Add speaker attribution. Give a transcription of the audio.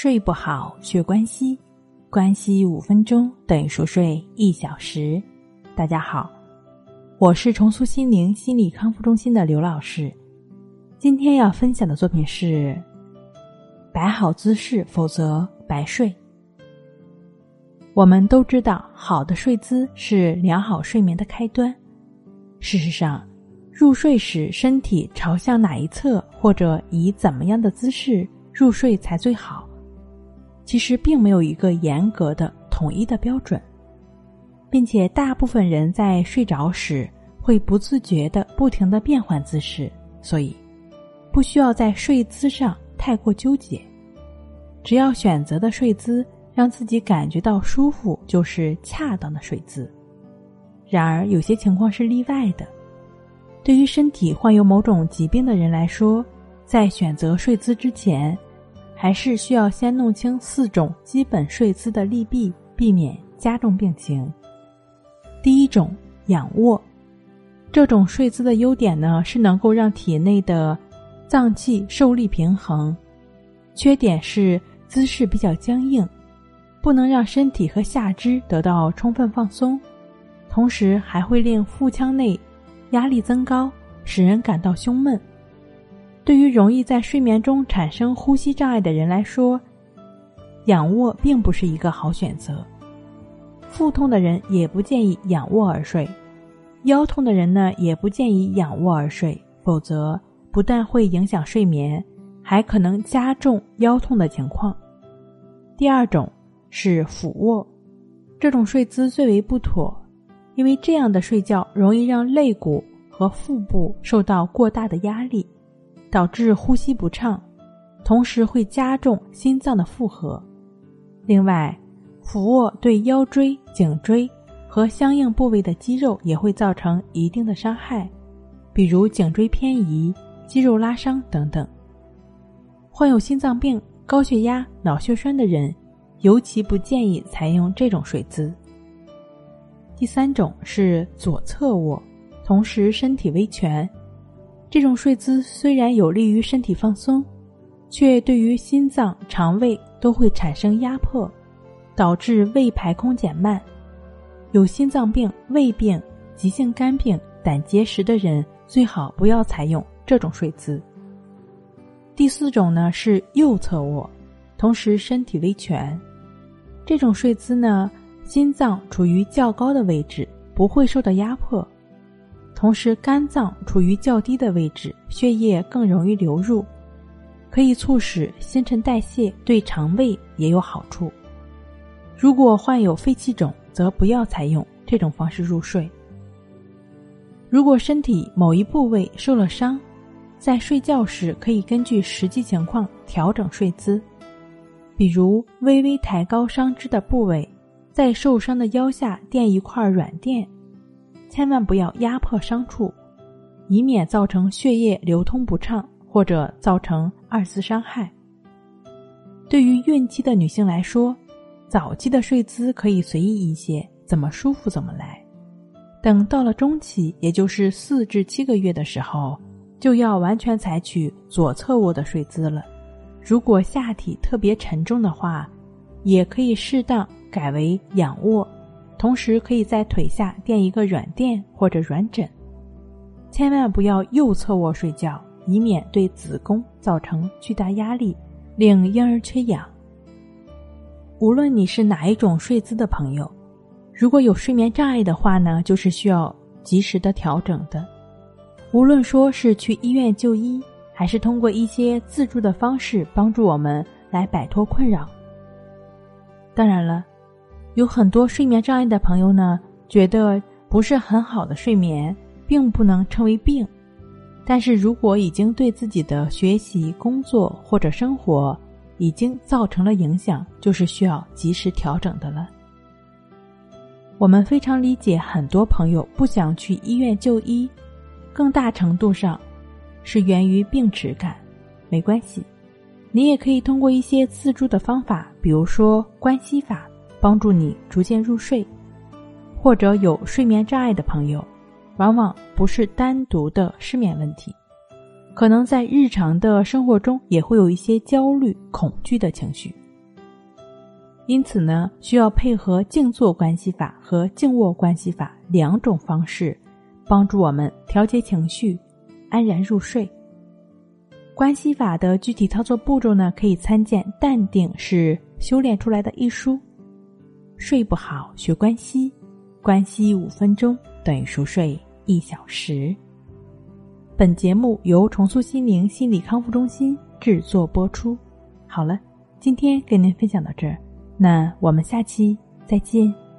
Speaker 1: 睡不好学关系，关系5分钟等于熟睡1小时。大家好，我是重塑心灵心理康复中心的刘老师。今天要分享的作品是摆好姿势，否则白睡。我们都知道，好的睡姿是良好睡眠的开端。事实上，入睡时身体朝向哪一侧，或者以怎么样的姿势入睡才最好，其实并没有一个严格的统一的标准，并且大部分人在睡着时会不自觉地不停地变换姿势，所以不需要在睡姿上太过纠结，只要选择的睡姿让自己感觉到舒服，就是恰当的睡姿。然而有些情况是例外的，对于身体患有某种疾病的人来说，在选择睡姿之前，还是需要先弄清4种基本睡姿的利弊，避免加重病情。第一种，仰卧。这种睡姿的优点呢，是能够让体内的脏器受力平衡，缺点是姿势比较僵硬，不能让身体和下肢得到充分放松，同时还会令腹腔内压力增高，使人感到胸闷。对于容易在睡眠中产生呼吸障碍的人来说，仰卧并不是一个好选择。腹痛的人也不建议仰卧而睡，腰痛的人呢，也不建议仰卧而睡，否则不但会影响睡眠，还可能加重腰痛的情况。第二种是俯卧，这种睡姿最为不妥，因为这样的睡觉容易让肋骨和腹部受到过大的压力，导致呼吸不畅，同时会加重心脏的负荷。另外，俯卧对腰椎、颈椎和相应部位的肌肉也会造成一定的伤害，比如颈椎偏移、肌肉拉伤等等。患有心脏病、高血压、脑血栓的人尤其不建议采用这种睡姿。第三种是左侧卧，同时身体微蜷。这种睡姿虽然有利于身体放松，却对于心脏、肠胃都会产生压迫，导致胃排空减慢。有心脏病、胃病、急性肝病、胆结石的人最好不要采用这种睡姿。第4种呢是右侧卧，同时身体微蜷。这种睡姿呢，心脏处于较高的位置，不会受到压迫，同时肝脏处于较低的位置，血液更容易流入，可以促使新陈代谢，对肠胃也有好处。如果患有肺气肿，则不要采用这种方式入睡。如果身体某一部位受了伤，在睡觉时可以根据实际情况调整睡姿，比如微微抬高伤肢的部位，在受伤的腰下垫一块软垫，千万不要压迫伤处，以免造成血液流通不畅，或者造成2次伤害。对于孕期的女性来说，早期的睡姿可以随意一些，怎么舒服怎么来。等到了中期，也就是4至7个月的时候，就要完全采取左侧卧的睡姿了。如果下体特别沉重的话，也可以适当改为仰卧，同时可以在腿下垫一个软垫或者软枕。千万不要右侧卧睡觉，以免对子宫造成巨大压力，令婴儿缺氧。无论你是哪一种睡姿的朋友，如果有睡眠障碍的话呢，就是需要及时的调整的。无论说是去医院就医，还是通过一些自助的方式帮助我们来摆脱困扰。当然了，有很多睡眠障碍的朋友呢，觉得不是很好的睡眠并不能称为病，但是如果已经对自己的学习、工作或者生活已经造成了影响，就是需要及时调整的了。我们非常理解很多朋友不想去医院就医，更大程度上是源于病耻感。没关系，你也可以通过一些自助的方法，比如说关系法，帮助你逐渐入睡。或者有睡眠障碍的朋友，往往不是单独的失眠问题，可能在日常的生活中也会有一些焦虑、恐惧的情绪， 因此呢，需要配合静坐关系法和静卧关系法2种方式，帮助我们调节情绪，安然入睡。关系法的具体操作步骤呢，可以参见《淡定是修炼出来的》一书。睡不好学关系，关系5分钟等于熟睡1小时。本节目由重塑心灵心理康复中心制作播出。好了，今天跟您分享到这儿，那我们下期再见。